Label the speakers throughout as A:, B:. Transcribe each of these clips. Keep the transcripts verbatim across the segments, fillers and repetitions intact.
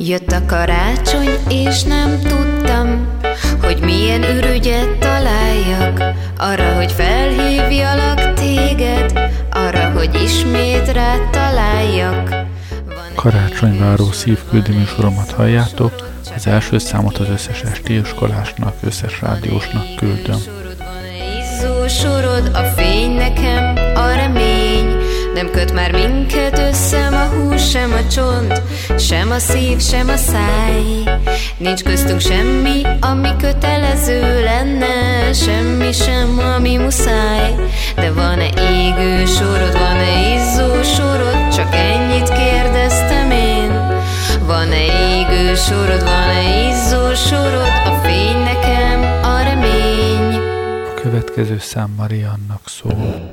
A: Jött a karácsony, és nem tudtam, hogy milyen ürügyet találjak. Arra, hogy felhívjalak téged, arra, hogy ismét rád találjak.
B: Karácsonyváró szívküldi műsoromat halljátok, az első számot az összes esti iskolásnak, összes rádiósnak küldöm.
A: Van-e izzó sorod, a fény nekem, a remény, nem köt már minket össze a hús, sem a csont, sem a szív, sem a száj. Nincs köztünk semmi, ami kötelező lenne, semmi sem, ami muszáj. De van-e égő sorod, van-e izzó sorod, csak ennyit kérdeztem én. Van-e égő sorod, van-e izzó sorod, a fény nekem, a remény.
B: A következő szám Mariannak szól.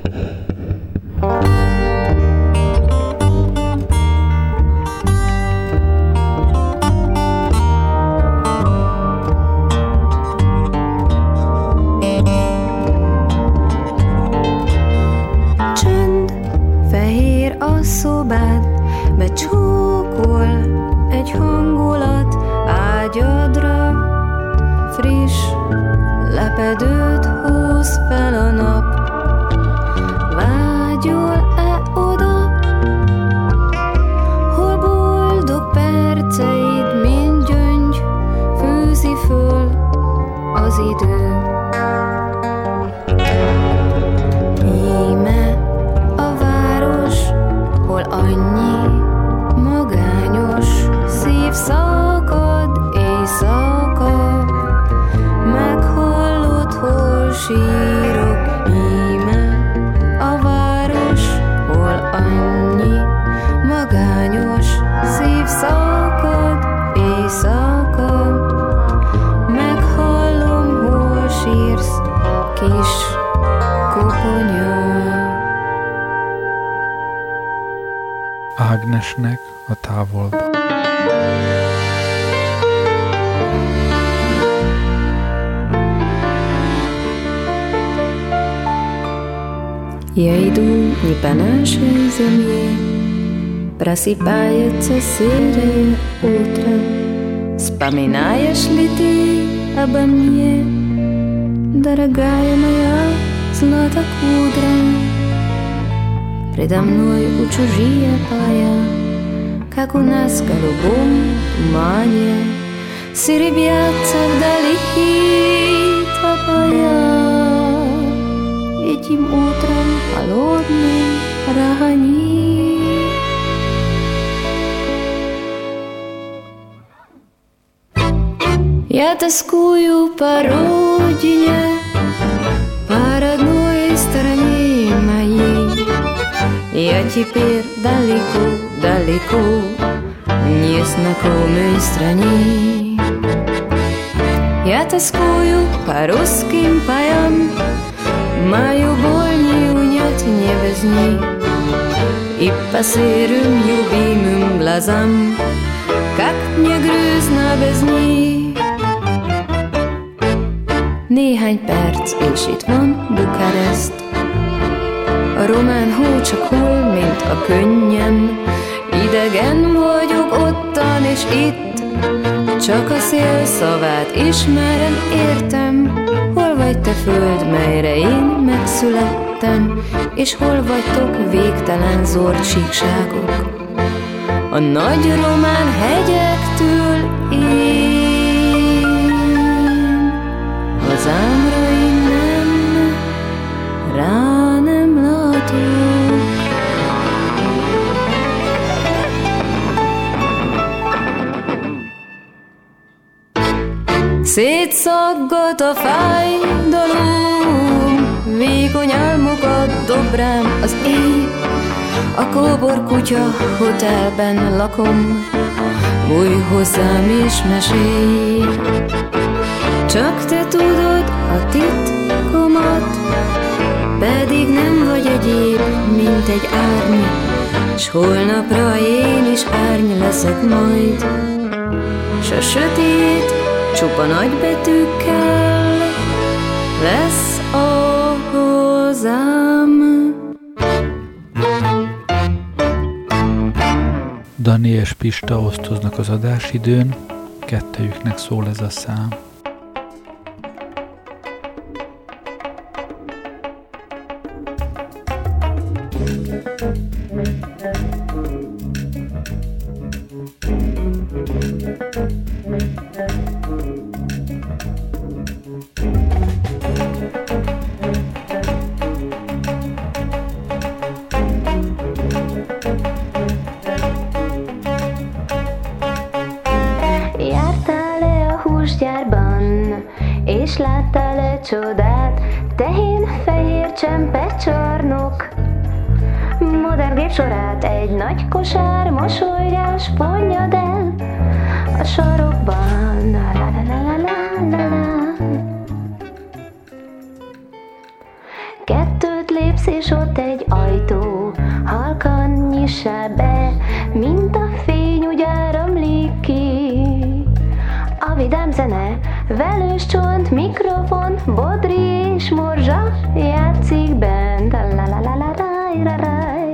A: Szobád becsókol egy hangulat ágyadra, friss lepedőt húz fel a nap. Vágyol-e oda, hol boldog perceid, mint gyöngy fűzi föl az idő. Annyi magányos szív szakad éjszaka, meghallod, hol sírok, íme a város, hol annyi magányos szív szakad éjszaka, meghallom, hol sírsz, kis koponya.
B: Ágnesnek a távolba.
A: Я иду не по нашей земле, просыпается серое утро. Вспоминаешь ли ты обо мне, дорогая моя златокудрая? Предо мной у чужие пая, как у нас в голубом тумане, серебрятся вдали тополя. Этим утром холодным ранним я тоскую по родине, по родной стороне моей. Я теперь далеко, далеко, в незнакомой стране. Я тоскую по русским поям, мою боль не унять не без них. И по серым любимым глазам, как мне грустно без них. Néhány perc, és itt van Bukarest. A román hó csak hol, mint a könnyem. Idegen vagyok ottan és itt, csak a szél szavát ismerem, értem. Hol vagy te föld, melyre én megszülettem, és hol vagytok végtelen zord síkságok? A nagy román hegyektől én hazámra innen rá nem látok. Szétszaggat a fájdalom, vékony álmokat dob rám az ég. A kóbor kutya hotelben lakom, bújj hozzám és mesélj. Csak te tudod a titkomat, pedig nem vagy egyéb, mint egy árny, s holnapra én is árny leszek majd. S a sötét csupa nagybetűkkel lesz a hozzám.
B: Dani és Pista osztoznak az adásidőn, kettejüknek szól ez a szám.
C: És láttál egy csodát, tehén, fehér, csempe, csarnok. Modern gép sorát egy nagy kosár, mosolygás ponnyad el a sarokban. La, la, la, la, la, la, la. Kettőt lépsz és ott egy ajtó, halkan nyissál be, mint a fény úgy áramlik ki. A vidám zene, velős csont, mikrofon, bodri és morzsa játszik bent. La la la la raj, ra, raj.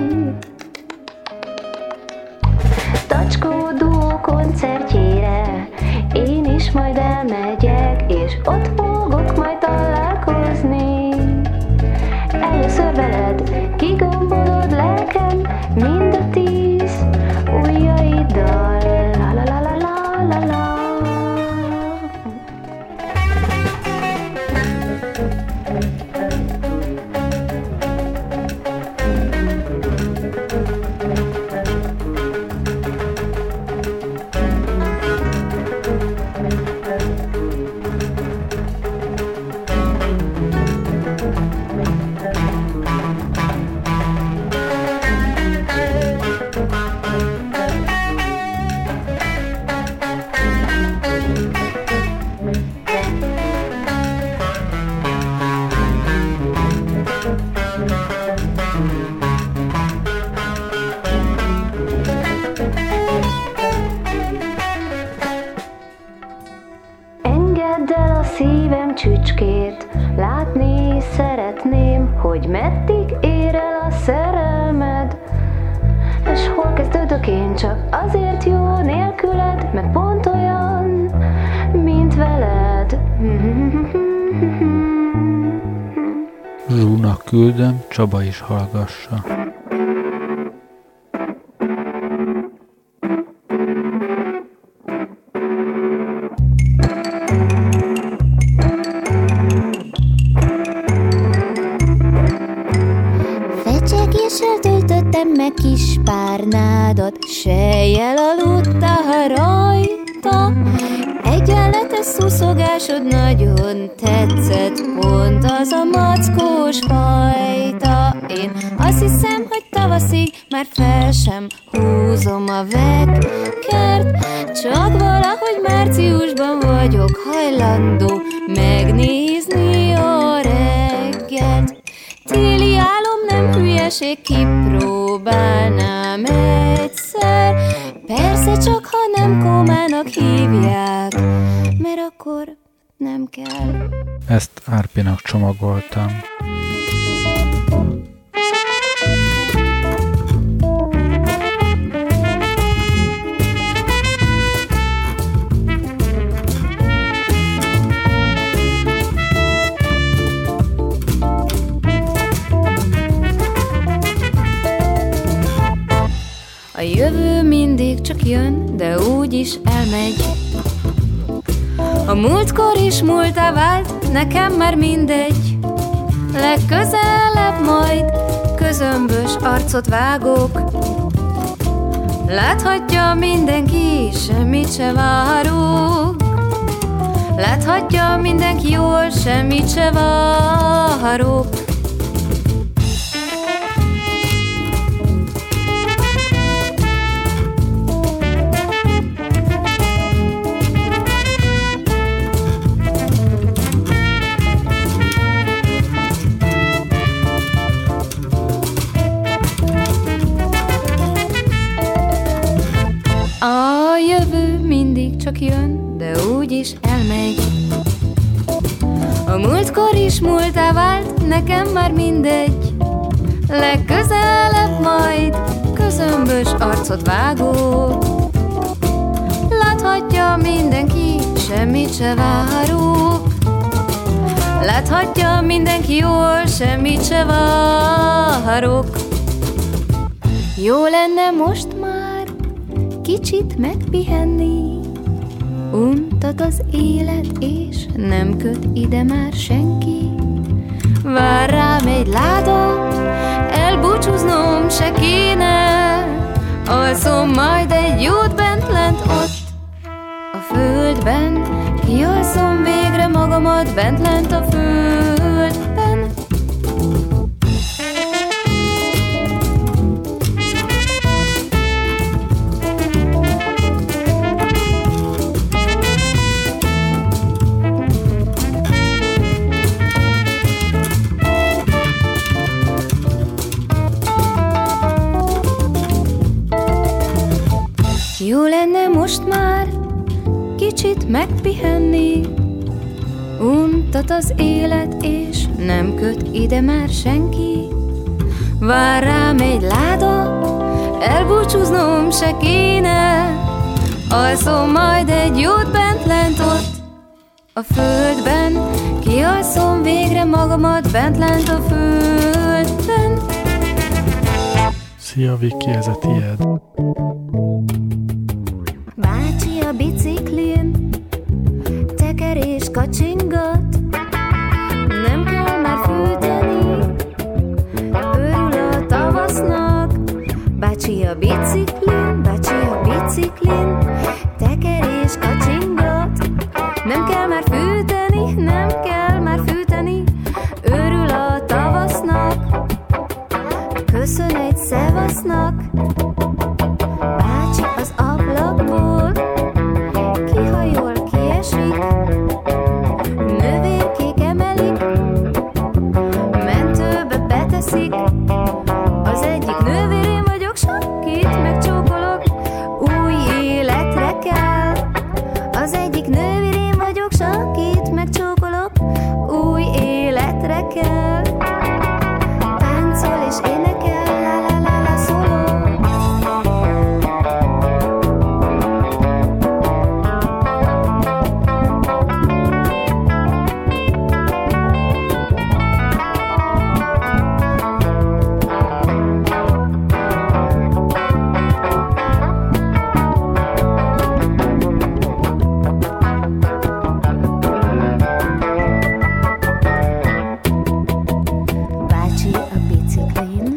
C: Tacskó duó koncertjére én is majd elmegyek, és ott fogok majd találkozni. Először veled kigombolod lelkem mind a tíz ujjaiddal. La la la la la la la. Csücskét, látni szeretném, hogy meddig ér el a szerelmed. És hol kezdődök én csak azért jó nélküled, mert pont olyan, mint veled.
B: Zsúnak küldöm, Csaba is hallgassa.
D: Meg kis párnádat, sejjel aludtál rajta. Egyenletes szuszogásod nagyon tetszett, pont az a mackós fajta. Én azt hiszem, hogy tavaszig már fel sem húzom a vekkert, csak valahogy márciusban vagyok hajlandó megnézni a reggelt. Téli álom nem hülyeség, kipróbálnám egyszer. Persze csak ha nem kómának hívják, mert akkor nem kell.
B: Ezt Árpinak csomagoltam.
A: A jövő mindig csak jön, de úgyis elmegy. A múltkor is múltá vált, nekem már mindegy. Legközelebb majd közömbös arcot vágok. Láthatja mindenki, semmit se várok. Láthatja mindenki jól, semmit se várok. A jövő mindig csak jön, de úgyis elmegy. A múltkor is múltá vált, nekem már mindegy. Legközelebb majd közömbös bűnös arcot vágó. Láthatja mindenki, semmit se várok. Láthatja mindenki jól, semmit se várok. Jó lenne most már kicsit megpihenni. Untat az élet, és nem köt ide már senki. Vár rám egy láda, elbúcsúznom se kéne. Alszom majd egy jót bent lent ott a földben. Kialszom végre magamat bent lent a földben. Jó lenne most már kicsit megpihenni. Untat az élet, és nem köt ide már senki. Vár rám egy láda, elbúcsúznom se kéne. Alszom majd egy jót bent lent ott a földben. Kialszom végre magamat bent lent a földben.
B: Szia Viki, ez a tiéd.
C: Bácsi a biciklin teker és kacsingat. Nem kell már fűteni, örül a tavasznak. Bácsi a biciklin, bácsi a biciklin teker és kacsingat. Nem kell már fűteni, nem kell már fűteni, örül a tavasznak. Köszön egy szevasznak. Bácsi az ablakból kihajol, kiesik. Növérkék emelik, mentőbe beteszik. Az egyik nővérem vagyok, sakit megcsókolok. Új életre kell. Az egyik nővérem vagyok, sakit megcsókolok. Új életre kell. Táncol és énekel, la la la la szóló. Bácsi a biciklin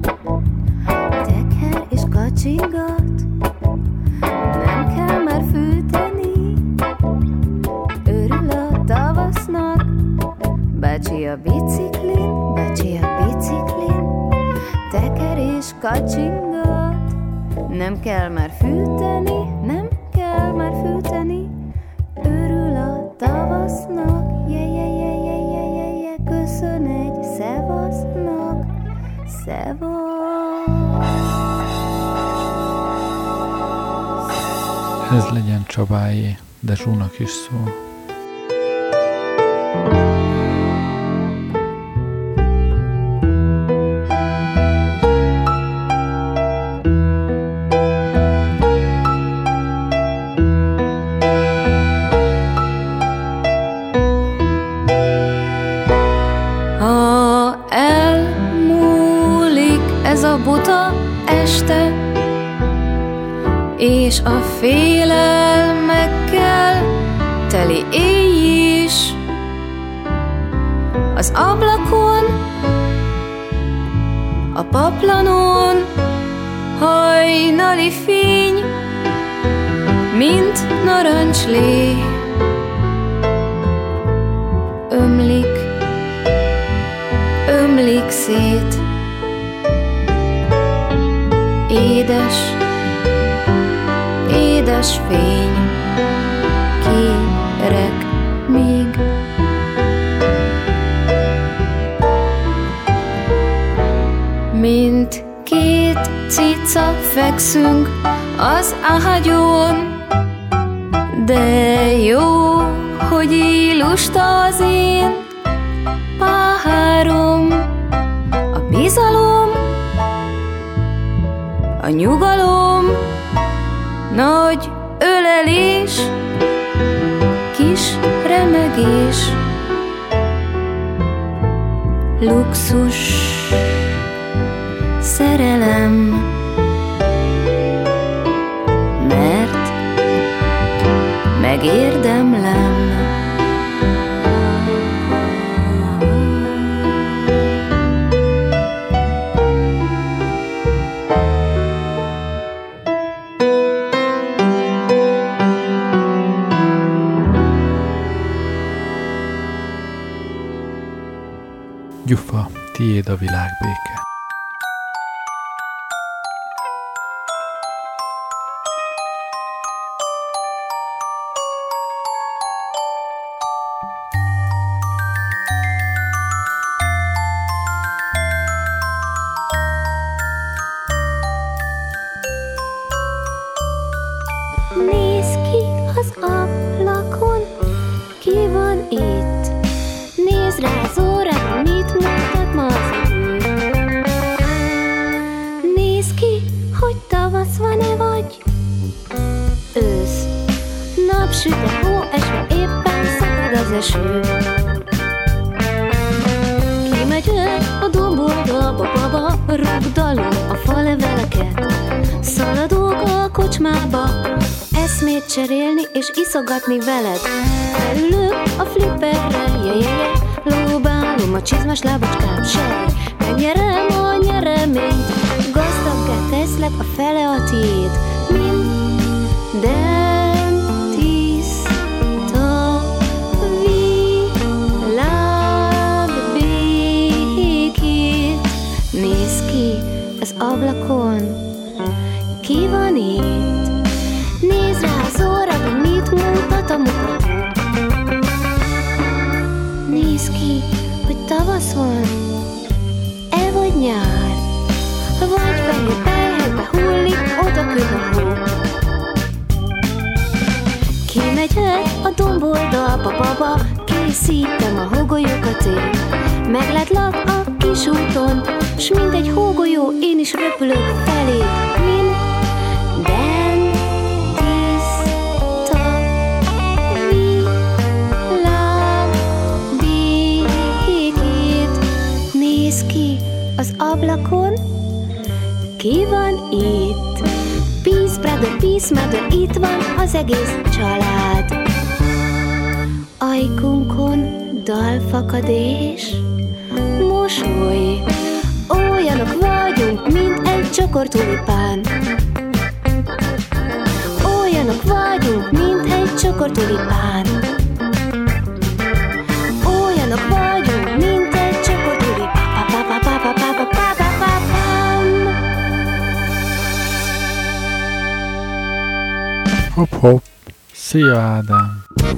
C: teker és kacsingat. Nem kell már fűteni, örül a tavasznak. Bácsi a biciklin, bácsi a biciklin teker és kacsingat. Nem kell már fűteni, nem kell már fűteni, örül a tavasznak. Je, je, je, je, je, je, je. Köszön egy szevasznak. Szevasz.
B: Ez legyen Csabáé, de Zsúnak is szól.
A: Ha elmúlik ez a buta este, és a félelmekkel teli éj is, az ablakon, a paplanon hajnali fény, mint narancslé ömlik, ömlik szét. Édes, édes fény, kérek még. Mint két cica fekszünk az ágyon, de jó, hogy így lusta az én párom. A bizalom a nyugalom, nagy ölelés, kis remegés, luxus, szerelem, mert megérdemlem.
B: Gyufa, tiéd a világbéke.
C: Nézd ki az ablakon, ki van itt? Nézd rá az órán, mit mutat ma az idő? Nézd ki, hogy tavasz van-e vagy ősz. Napsüt-e, hó esve, éppen szakad az eső. Kimegy le a domboldalba, baba, rugdalom a faleveleket. Szaladok a kocsmába, eszmét cserélni és iszogatni veled. Felülök a flipperre, jejeje, lóbálom a csizmas lábacskám, sej. Megnyerem a nyereményt, gazdaggá teszlek, a fele a tiéd. Minden tiszta világ békét. Nézd ki az ablakon, ki van itt? Nézd rá az órára, mit mutat a mutató. Nézd ki, hogy tavasz van, e vagy nyár, vagy fehér pelyhekbe hullik, oda köd a hó. Kimegy el a domboldalba, baba, készítem a hógolyókat én. Meglátlak a kis úton, s mint egy hógolyó, én is röpülök felé. Minden tiszta világ békét. Nézd ki az ablakon, ki van itt? Peace brother, peace mother, itt van az egész család. Ajkunkon dalfakadés, mosoly, olyanok vagyunk, mint egy csokor tulipán. Olyanok vagyunk, mint egy csokor tulipán. Olyanok vagyunk, mint egy csokor tulipán.
B: Hopp, hopp. Szia, Ádám!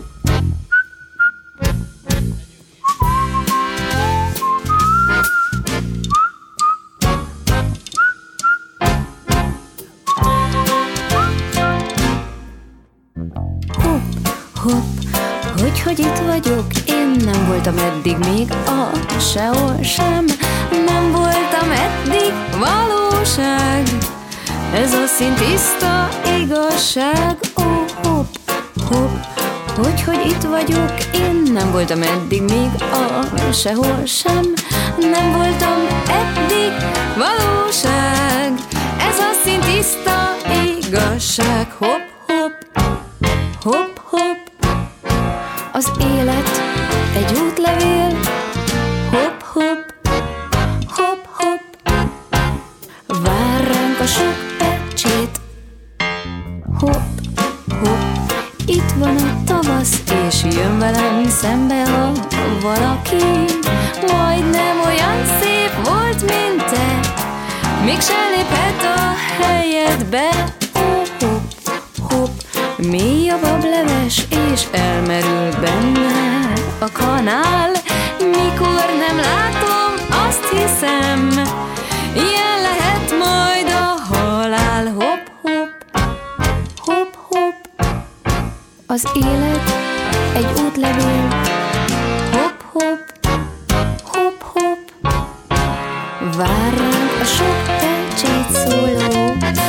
A: Hogy itt vagyok, én nem voltam eddig még a sehol sem. Nem voltam eddig valóság, ez a szín tiszta igazság. Ó, oh, hopp, hopp, hogy, hogy itt vagyok, én nem voltam eddig még a sehol sem. Nem voltam eddig valóság, ez a szín tiszta igazság. Hopp, hopp, hopp, hopp. Az élet egy útlevél, hopp, hopp, hopp, hopp. Vár ránk a sok pecsét, hopp, hopp. Itt van a tavasz, és jön velem szembe, ha valaki majdnem olyan szép volt, mint te. Mégse léphet a helyedbe, oh, hopp, hopp. Mély a bableves, és elmerül benne a kanál. Mikor nem látom, azt hiszem, ilyen lehet majd a halál. Hopp, hopp, hopp, hopp. Az élet egy útlevél, hopp, hopp, hopp, hopp. Vár ránk a sok pecsét szóló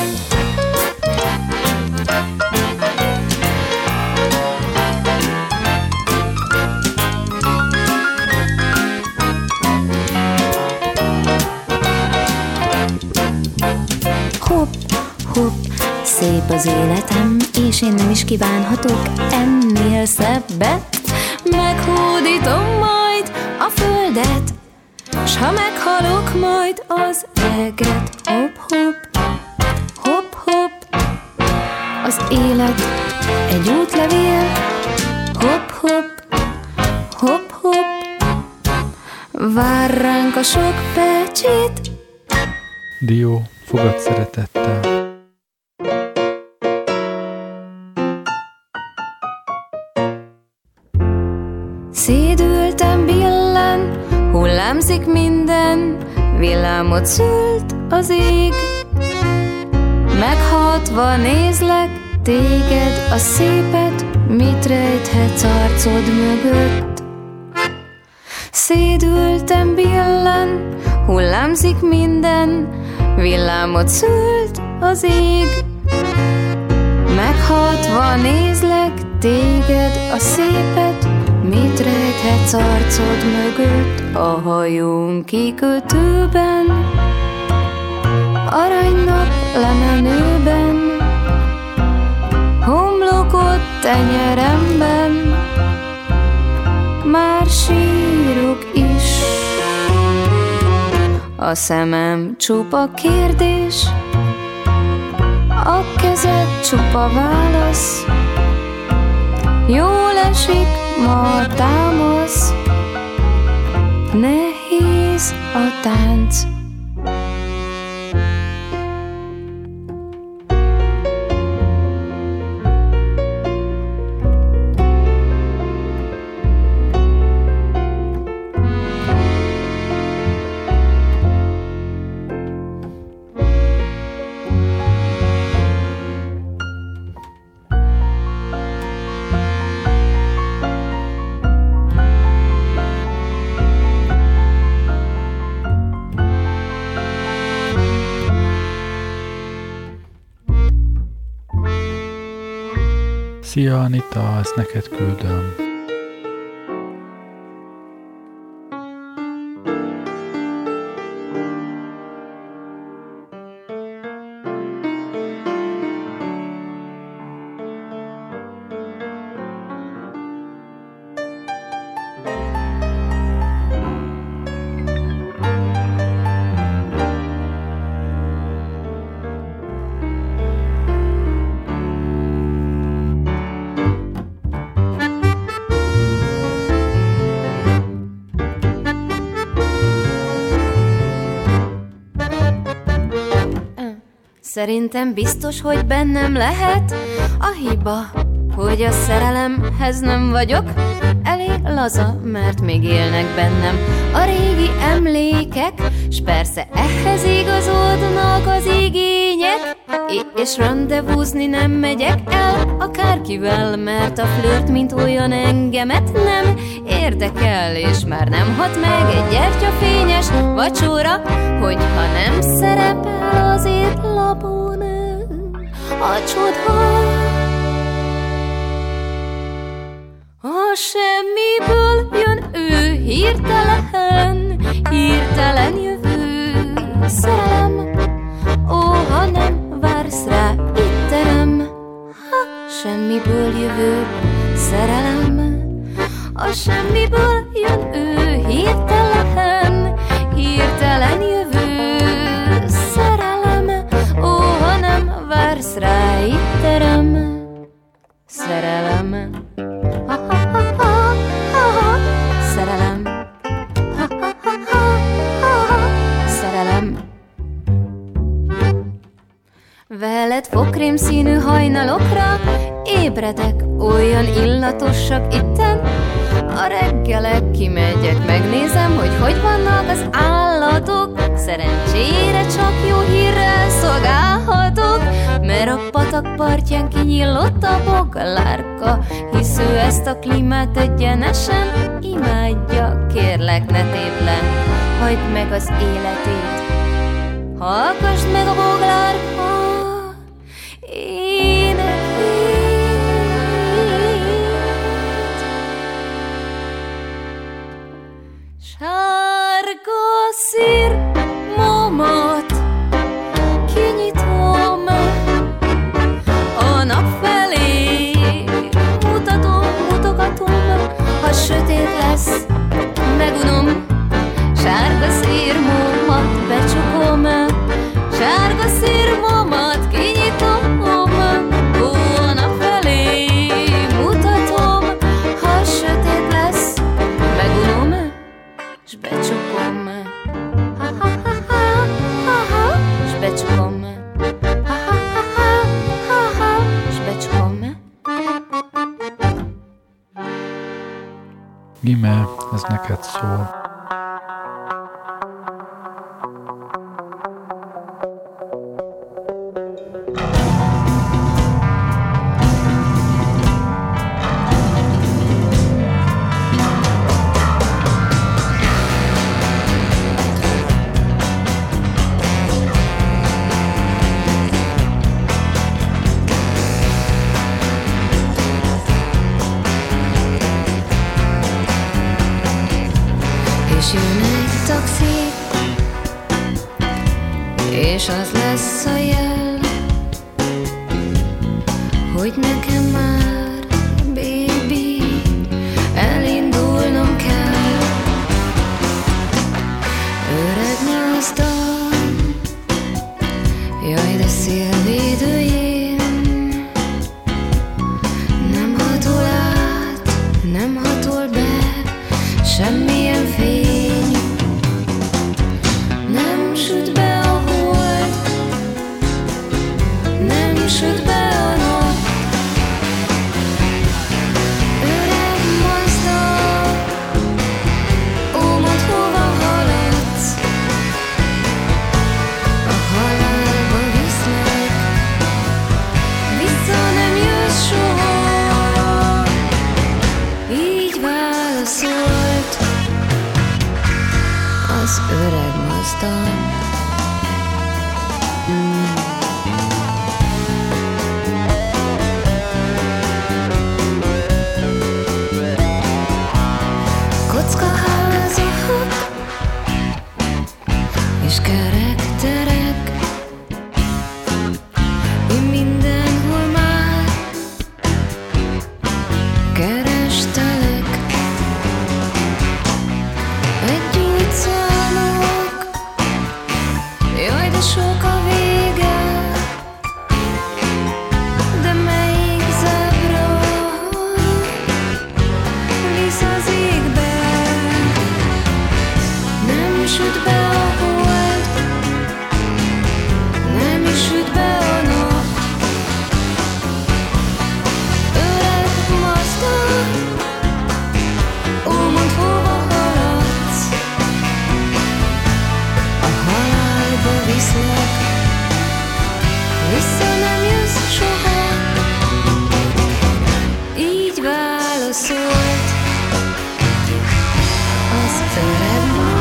D: hopp, szép az életem, és én nem is kívánhatok ennél szebbet. Meghódítom majd a földet, s ha meghalok majd az eget. Hopp, hopp, hopp, hopp, az élet egy útlevél. Hopp, hopp, hopp, hopp, vár ránk a sok pecsét.
B: Dió, fogad szeretettel.
D: Szédültem billen, hullámzik minden, villámot szült az ég. Meghatva nézlek téged, a szépet, mit rejthetsz arcod mögött. Szédültem billen, hullámzik minden, villámot szült az ég. Meghatva nézlek téged, a szépet, mit rejthetsz arcod mögött. A hajón kikötőben, aranynap lemenőben, homlokot tenyeremben, már sírok is. A szemem csupa kérdés, a kezed csupa válasz. Jól esik ma a támasz, nehéz a tánc.
B: Szia Anita, ezt neked küldöm.
D: Szerintem biztos, hogy bennem lehet a hiba, hogy a szerelemhez nem vagyok elég laza, mert még élnek bennem a régi emlékek, s persze ehhez igazodnak az igények, és randevúzni nem megyek el akárkivel, mert a flört mint olyan engemet nem érdekel, és már nem hat meg egy gyertyafényes vacsora, hogyha nem szerepel az étlapon a csoda. A semmiből jön ő hirtelen, hirtelen jövő szerelem. Ó, ha nem vársz rá, itt terem. Ha semmiből jövő szerelem. A semmiből jön ő hirtelen, hirtelen jövő szerelem. Ó, ha nem vársz rá, itt terem. Szerelem. Ha, ha, ha, ha, ha, ha. Szerelem. Ha, ha, ha, ha, ha, ha. Szerelem. Veled fokrém színű hajnalokra ébredek, olyan illatosak itten. A reggelek kimegyek, megnézem, hogy hogy vannak az állatok. Szerencsére csak jó hírrel szolgálhatok, mert a patak partján kinyílott a boglárka, hisz ő ezt a klímát egyenesen imádja. Kérlek, ne tépd le, hagyd meg az életét, hallgassd meg a boglárka énekét. Sárga szír momat kinyitom, becsukom, ha ha ha ha ha ha, s becsukom.
B: Gime, ez neked szól.
A: És az lesz a jel, hogy nekem már, baby, elindulnom kell. Öreg mozdon, jaj de szélvédőjén, nem hatol át, nem hatol be semmilyen fény, nem süt be a hold, nem süt be a nap. Öreg Mazda, ó, mondd, hova haladsz? A halálba viszlek, vissza nem jössz soha. Így válaszolt az öreg Mazda. Kockaházak és kerek terek, én mindenhol már kerestelek. Egy utcának, jaj de sok a vége, de melyik zábra visz az égbe? Nem süt be a hold, nem is süt be a nap. Öreg Mazda, ó, mondd, hova haladsz? A halálba viszlek, vissza nem jössz soha. Így válaszolt az öreg Mazda.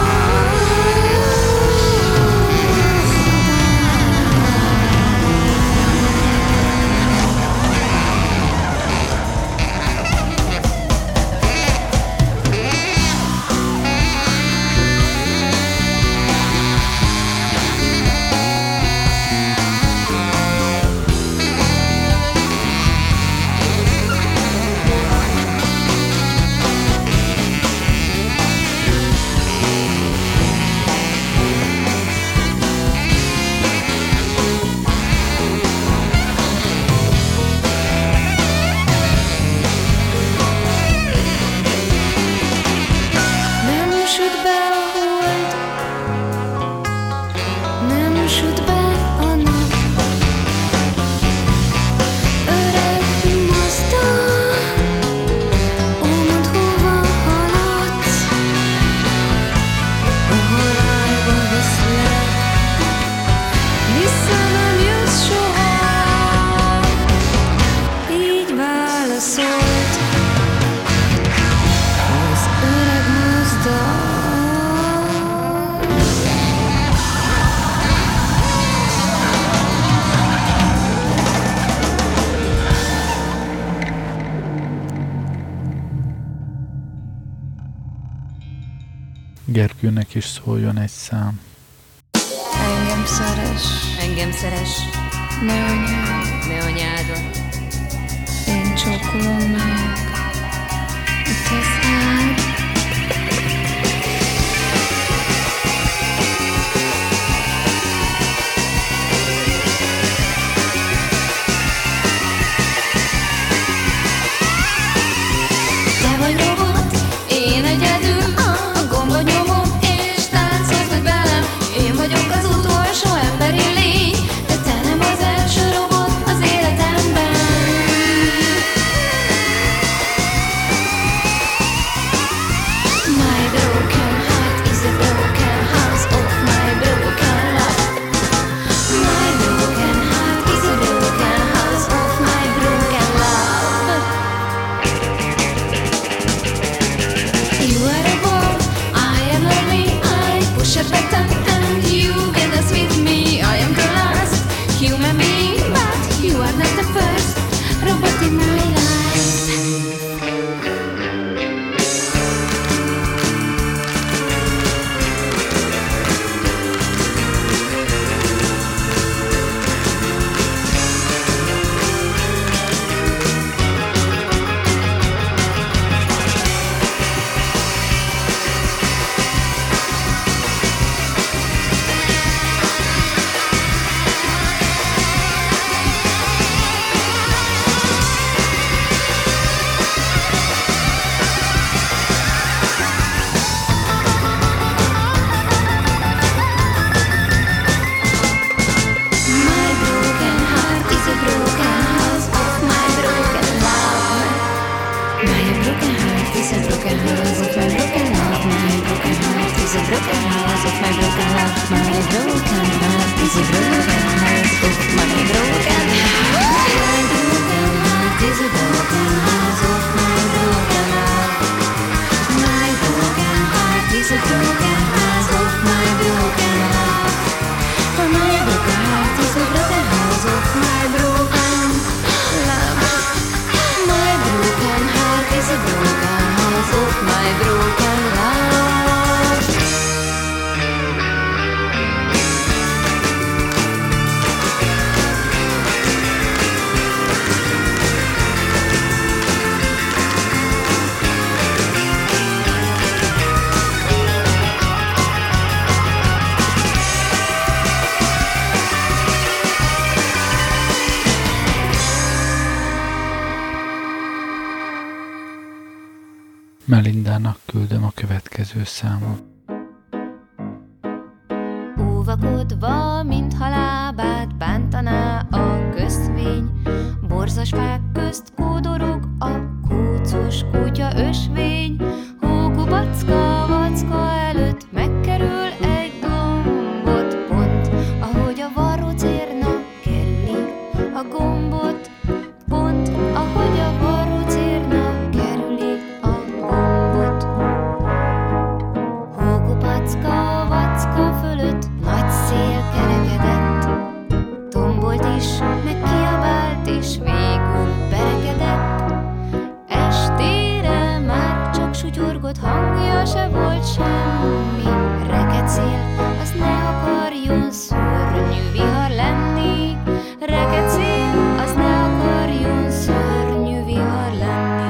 A: Nem süt be a hold, nem süt be a nap. Öreg Mazda, ó, mondd, hova haladsz? A halálba viszlek, vissza nem jössz soha. Így válaszolt az öreg Mazda.
B: Gergőnek is szóljon egy szám.
A: Engem szeres,
D: Engem szeres,
A: ne anyád,
D: ne anyádon,
A: én csókolom meg a te szád. Te vagy robot, én egyedül, a gombot nyomom, és táncolsz meg velem. Én vagyok az utolsó emberi
B: Melindának küldöm a következő számot.
D: Óvakodva, mintha lábát bántaná a közvény, borzas fák közt kódorog a kócos kutya ösvény. Hókubacka, vacka előtt megkerül egy gombot, pont ahogy a varrócérna kerüli a gombot, pont ahogy a varrócérna kerüli a gombot. Hókubacka, vacka fölött nagy szél kerekedett, tombolt is, meg kiabált is, végül berekedett. Estére már csak sutyorgott, hangja se volt semmi. Reked szél, az ne akarjon szörnyű vihar lenni. Reked szél, az ne akarjon szörnyű vihar lenni.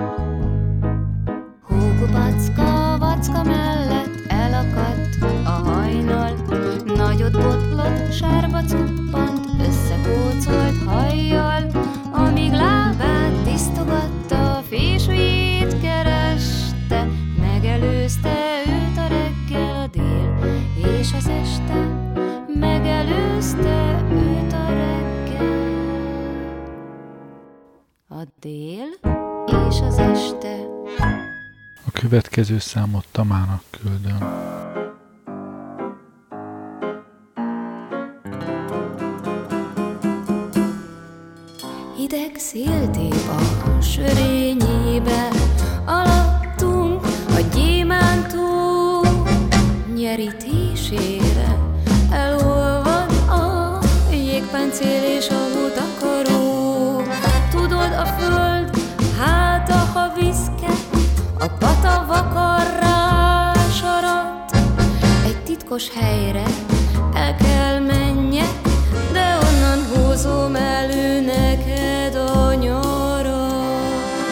D: Hókubacka, vacka mellett elakadt a hajnal, nagyot botlott, sárba cuppant, összekócolt hajjal, amíg lábát tisztogatta, fésűjét kereste, megelőzte őt a reggel, a dél és az este, megelőzte őt a reggel, a dél és az este.
B: A következő számot Tamának küldöm.
D: Hideg széltép a sörényébe, alattunk a gyémántó nyerítésére. Elolvad a jégpáncél és a hótakaró. Tudod, a föld háta, ha viszke, a pata vakarrás arat. Egy titkos helyre el kell menjek, de onnan hozom elő neked a nyarat.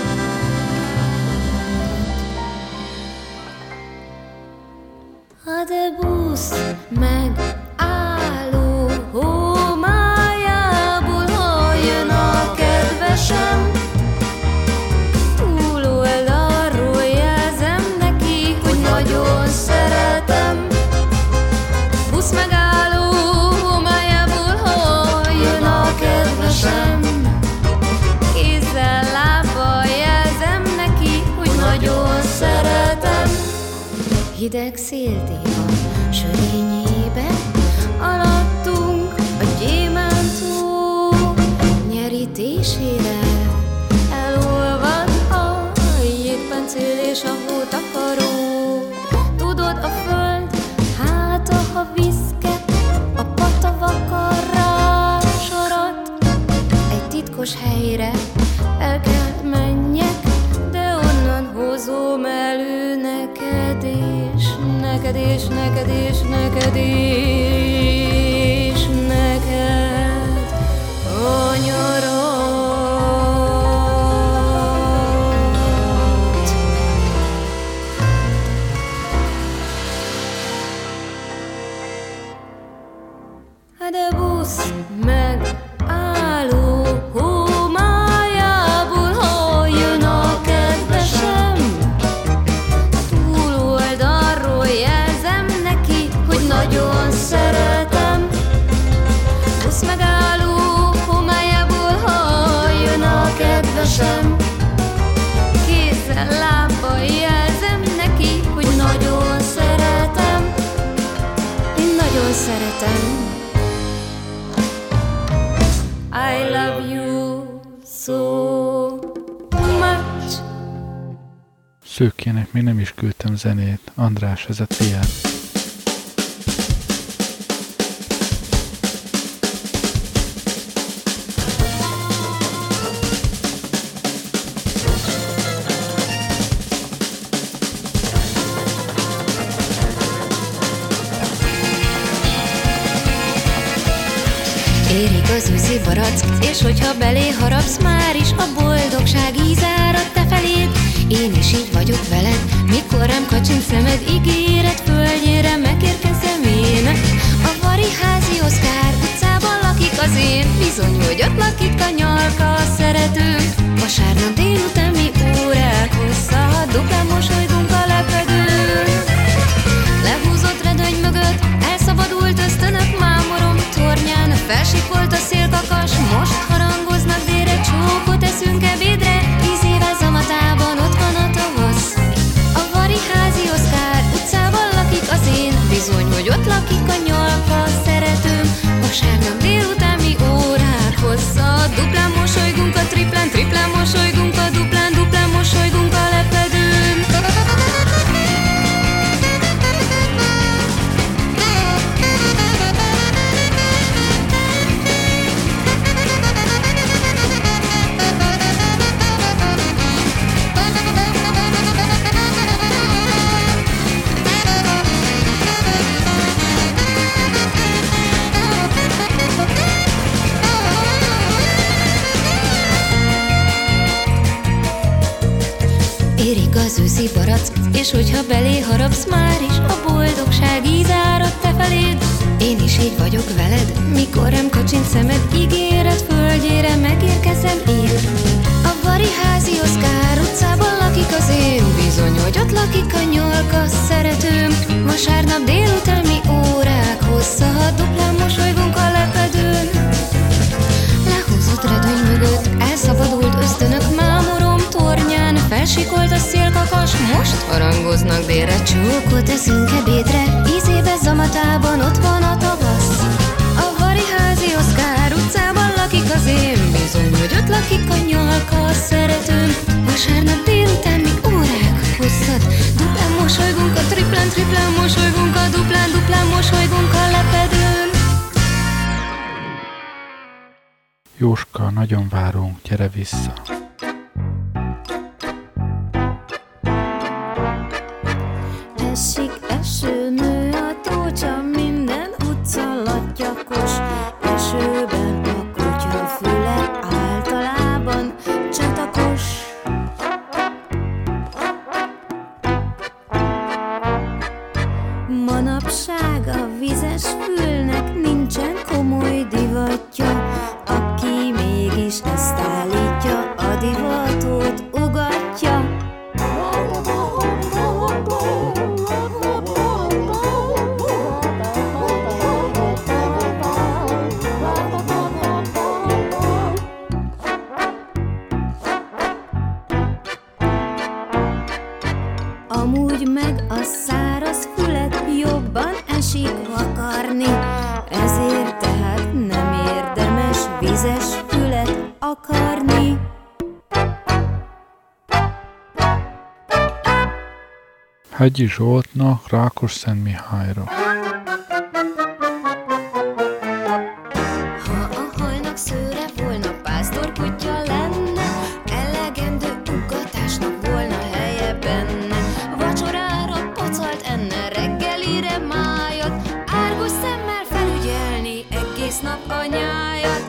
D: Ha de busz meg álló homályából, ha jön a kedvesem, túloldalról jelzem neki, hogy nagyon szeretem. Busz megálló homályából, ha jön a kedvesem, kézzel, lábbal jelzem neki, hogy nagyon szeretem. Hideg széltép a sörényébe, alattunk a gyémántó nyerítésére. Elolvad a jégpáncél és a hótakaró. Tudod, a föld háta, ha viszket, a pata vakarrás arat. Egy titkos helyre el kell menjek, de onnan hozom elő neked és neked és neked és neked és neked a nyarat. De busz meg álló homályából, ha jön a kedvesem, túloldalról jelzem neki, hogy nagyon szeretem. Busz megálló homályából, ha jön a kedvesem, kézzel, lábbal jelzem neki, hogy nagyon szeretem. Én nagyon szeretem. I love you so much.
B: Szőkének még nem is küldtem zenét. András, ez a tiéd.
D: Érik az őszi barack, és hogyha belé harapsz, már is a boldogság ízárad te feléd. Én is így vagyok veled, mikor rám kacsint szemed, ígéret földjére megérkezem én. A Variházi Oszkár utcában lakik az én, bizony, hogy ott lakik a Nyalka szeretőnk. Vasárnap délután mi órák hosszat duplán mosolygunk a lepedőn. Lehúzott redőny mögött elszabadult ösztönök mámorom tornyán. Felsikolt a szélkakas, most harangoznak délre, csókot eszünk ebédre. Tíz éve zamatában ott van a tavasz. A Variházi Oszkár utcában lakik az én, bizony, hogy ott lakik a nyalka szeretőm. Vasárnap délután mi órák hossza, duplán mosolygunk a triplán, triplán mosolygunk a duplán, duplán mosolygunk a lepedőn. Érik az őszi barack, és hogyha belé harapsz, már is a boldogság ízárad te feléd. Én is így vagyok veled, mikor rám kacsint szemed, ígéret földjére megérkezem én. A Variházi Oszkár utcában lakik az én, bizony, hogy ott lakik a nyolka szeretőm. Vasárnap délután mi órák hossza, duplán mosolygunk a lepedőn. Lehúzott redőny mögött elszabadult ösztönök mámorom tornyán. Felsikolt a szélkakas, most harangoznak délre, csókot eszünk ebédre. Ízébe zamatában ott van a tavasz. A Variházi Oszkár utcában lakik az én, bizony, hogy ott lakik a nyalka szeretőm. Vasárnap délután mi órák hosszat, duplán mosolygunk a triplán, triplán mosolygunk a duplán, duplán mosolygunk a lepedőn.
B: Jóska, nagyon várunk, gyere vissza!
D: Esik eső, nő a tócsa, minden utca lattyakos. Esőben a kutya füle általában csatakos. Manapság a vizes fülnek nincsen komoly divatja. Aki mégis ezt állítja, a divatot ugatja. Amúgy meg a száraz fület jobban esik vakarni, ezért tehát nem érdemes vizes fület akarni.
B: Hegyi Zsoltnak, Rákosszentmihályra.
D: Ha a halnak szőre volna, pásztorkutya lenne, elegendő ugatásnak volna helye benne. Vacsorára pacalt enne, reggelire májat, árgus szemmel felügyelni egész nap a nyájat.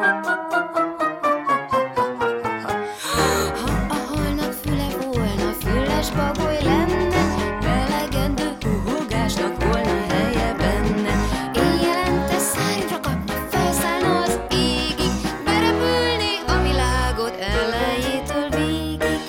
D: Ha a halnak füle volna, füles bagoly lenne, elegendő uhogásnak volna helye benne. Éjjelente szárnyra kapna, felszállna az égig, berepülni a világot elejétől végig.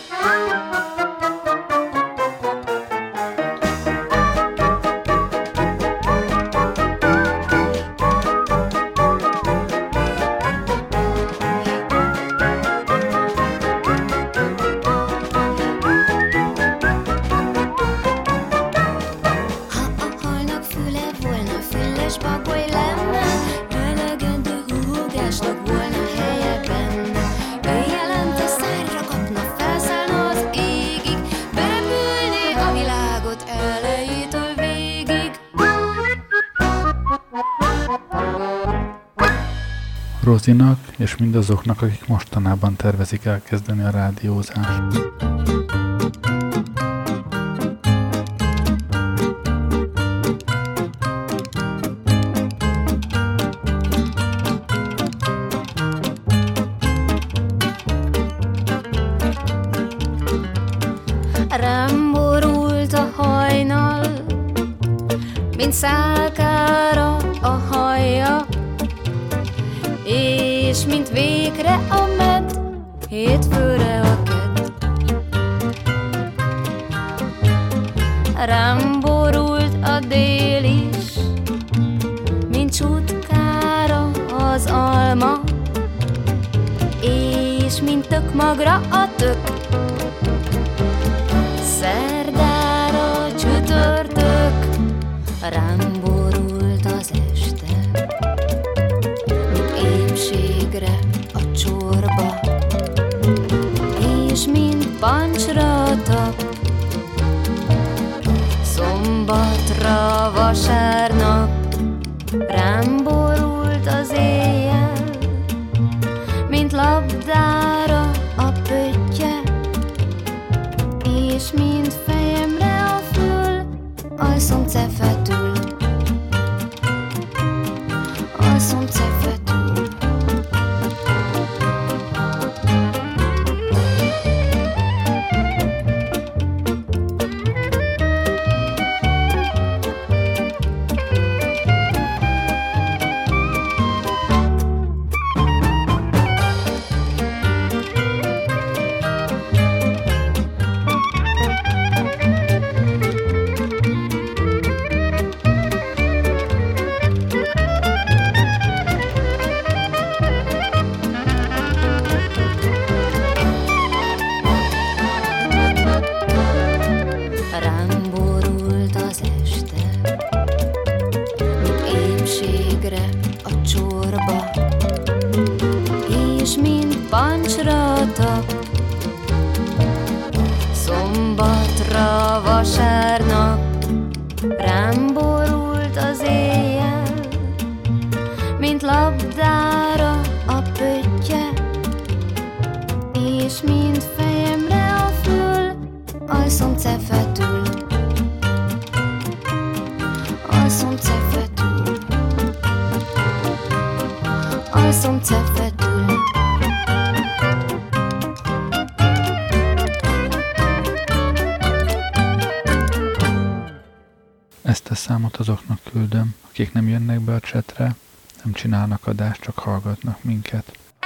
D: Ha a halnak füle volna, füles bagoly lenne, elegendő húgásnak volna helye benne. Éjjelente szárnyra kapna, felszállna az égig, berepülni a világot elejétől végig.
B: Rozinak és mindazoknak, akik mostanában tervezik elkezdeni a rádiózást.
D: Rám borult a hajnal, mint szálkára a haja, és mint végre a med, hétfőre a kedd. rám borult a dél is, mint csutkára az alma, és mint tök magra a tök. Szerdára csütörtök, rám borult az este, mint émségre a csorba, és mint pancsra tap. Szombatra, vasárnap rám borult az éjjel, mint labdára a pöttye, és mint fejemre a föl, alszom cefetül, alszom cefetül. Szombatra, vasárnap rám borult az éjjel, mint labdára a pöttye, és mint fejemre a föl, alszom cefetül, alszom cefetül, alszom cefetül.
B: Ezt a számot azoknak küldöm, akik nem jönnek be a csetre, nem csinálnak adást, csak hallgatnak minket.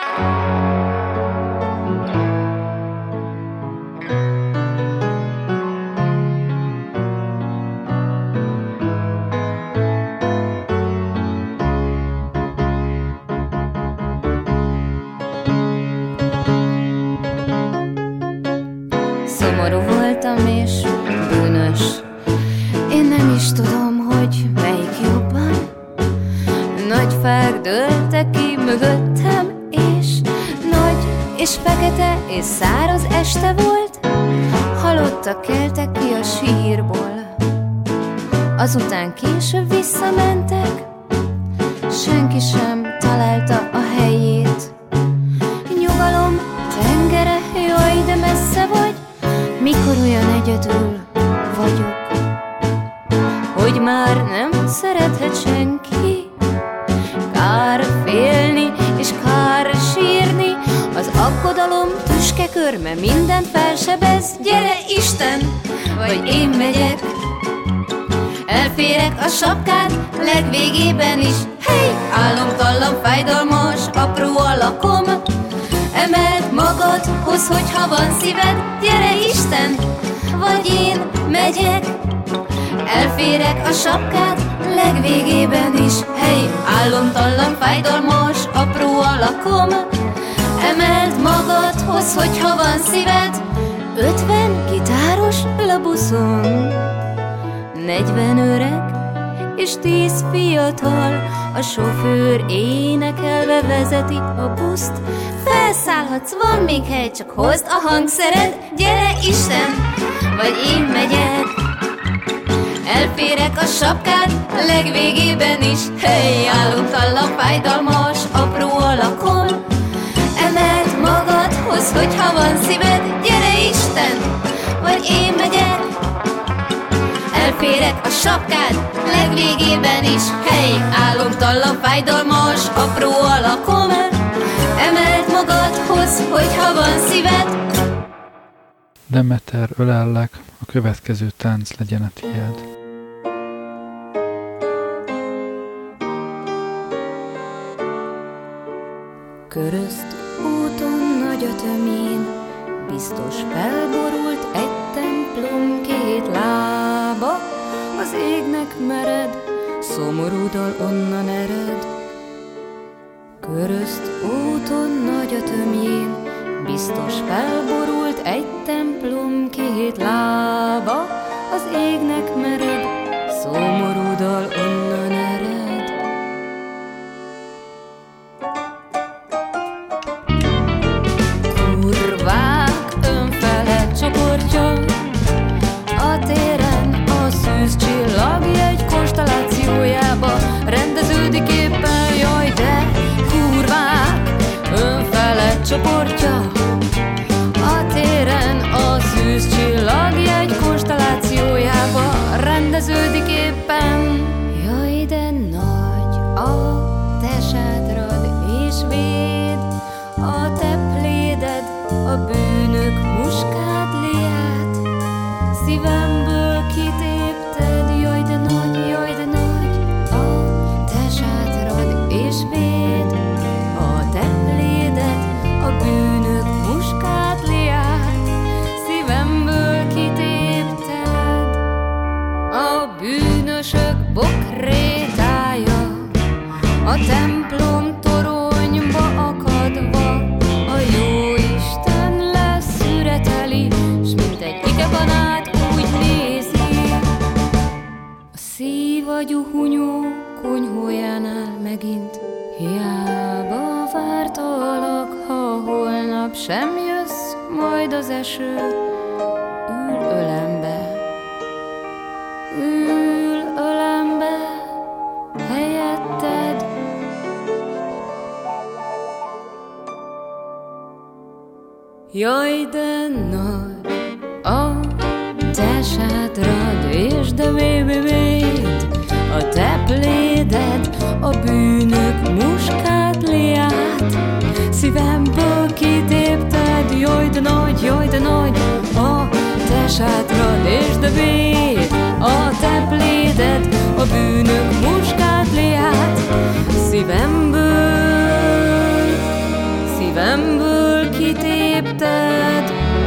D: Szomorú voltam és bűnös, én nem is tudom, hogy melyik jobban. Nagy fák dőltek ki mögöttem, és nagy és fekete és száraz este volt. Halottak keltek ki a sírból, azután később visszamentek, senki sem találta a helyét. Nyugalom tengere, jaj, de messze vagy, mikor olyan egyedül vagyok, hogy már nem szerethet senki. Kár félni és kár sírni, az aggodalom tüske körme mindent felsebez. Gyere Isten, vagy én megyek, elférek a sapkád legvégében is. Hey, álomtalan, fájdalmas, apró a lakom, emeld magadhoz, hogyha van szíved. Gyere Isten, vagy én megyek, elférek a sapkád legvégében is. Hey, álomtalan, fájdalmas, apró a lakom, emeld magadhoz, hogyha van szíved. Ötven gitáros labuszon, negyven öreg és tíz fiatal, a sofőr énekelve vezeti a buszt. Felszállhatsz, van még hely, csak hozd a hangszered. Gyere Isten, vagy én megyek, elférek a sapkád legvégében is. Hey, álomtalan, fájdalmas, apró a lakom, emeld magadhoz, hogyha van szíved. Gyere Isten, vagy én megyek, elférek a sapkád legvégében is. Hey, álomtalan, fájdalmas, apró a lakom, emeld magadhoz, hogyha van szíved.
B: Demeter, ölellek, a következő tánc legyen a tiéd.
D: Körözt úton nagy a tömén, biztos felborult egy templom két lába. az égnek mered, szomorú dal onnan ered. Körözt úton nagy a tömjén, biztos felborult egy templom két lába, az égnek mered, szomorú dal onnan ered. Kurvák önfele csoportja, a téren a szűz csillagjegy konstellációjába rendeződik éppen, jaj de kurvák önfele csoportja, a téren a szűz csillagjegy konstellációjába rendeződik éppen. Jaj de nagy a te sátrad és véd, a te pléded a bűnök muskátliát, szívemből kitépted, jaj de nagy, jaj de nagy a te sátrad és véd, a te pléded a bűnök muskátliát, szívemből kitépted. A bűnösök bokrétája, a templom toronyba akadva, a jóisten leszüreteli, s mint egy ikebanát úgy nézi. A szívagyú hunyó konyhójánál megint hiába vártalak, ha holnap sem jössz majd az eső. Ül ölembe, ül ölembe helyetted. Jaj de nagy a te sátrad és de vévévéd, a te pléded a bűnök muskátliát, szívemből kitépted, jaj de nagy, jaj de nagy a te sátrad és de véd, a te pléded a bűnök muskátliát, szívemből, szívemből kitépted.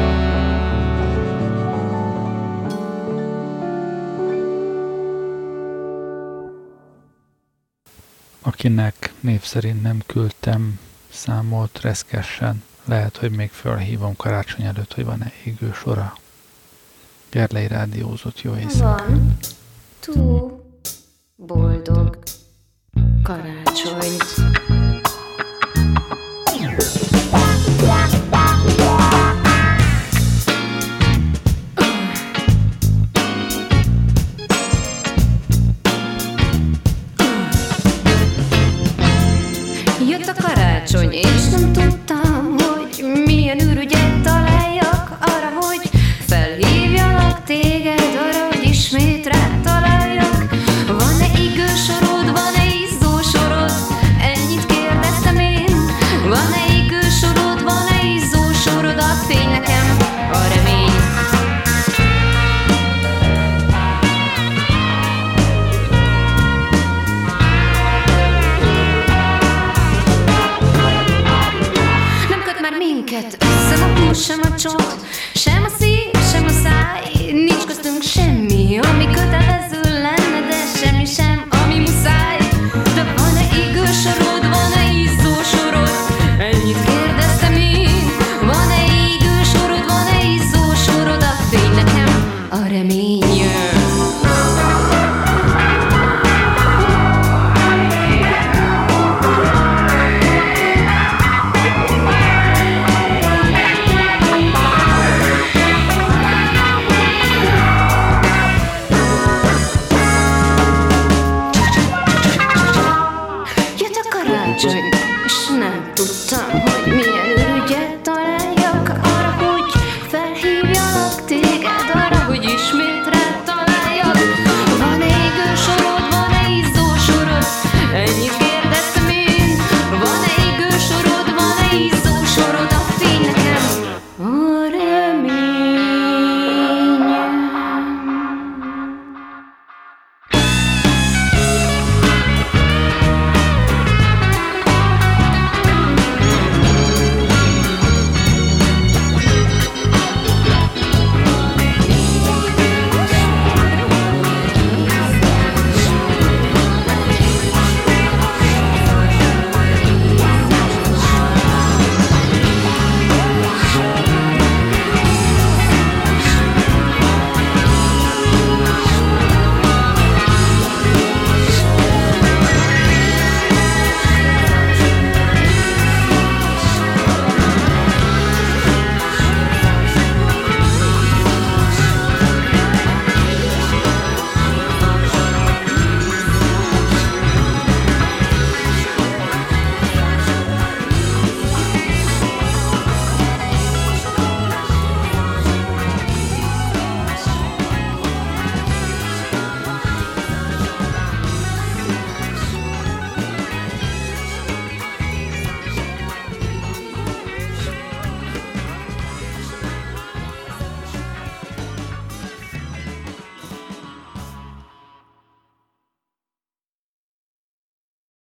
B: Akinek név szerint nem küldtem számot, reszkessen, lehet, hogy még felhívom karácsony előtt, hogy van-e égő sora. Gerlei rádiózott, jó éjszakát!
C: Van túl boldog karácsonyt.
A: Jött a karácsony, és nem tudtam, hogy milyen ürügyet találjak arra, hogy felhívjalak téged arra, hogy ismét rád találjak. Van-e igő sorod, van-e izzó sorod? Ennyit kérdeztem én. Van-e igő sorod, van-e izzó sorod? Add fény nekem a remény. Össze a hús, sem a csont, sem a szív, sem a száj. Nincs köztünk semmi, ami kötelező lenne, de semmi sem, ami muszáj. De van-e igő sorod, van-e izzó sorod? Ennyit kérdeztem én. Van-e igő sorod, van-e izzó sorod? Add fény nekem a remény. És nem tudtam, hogy milyen ürügyet talál.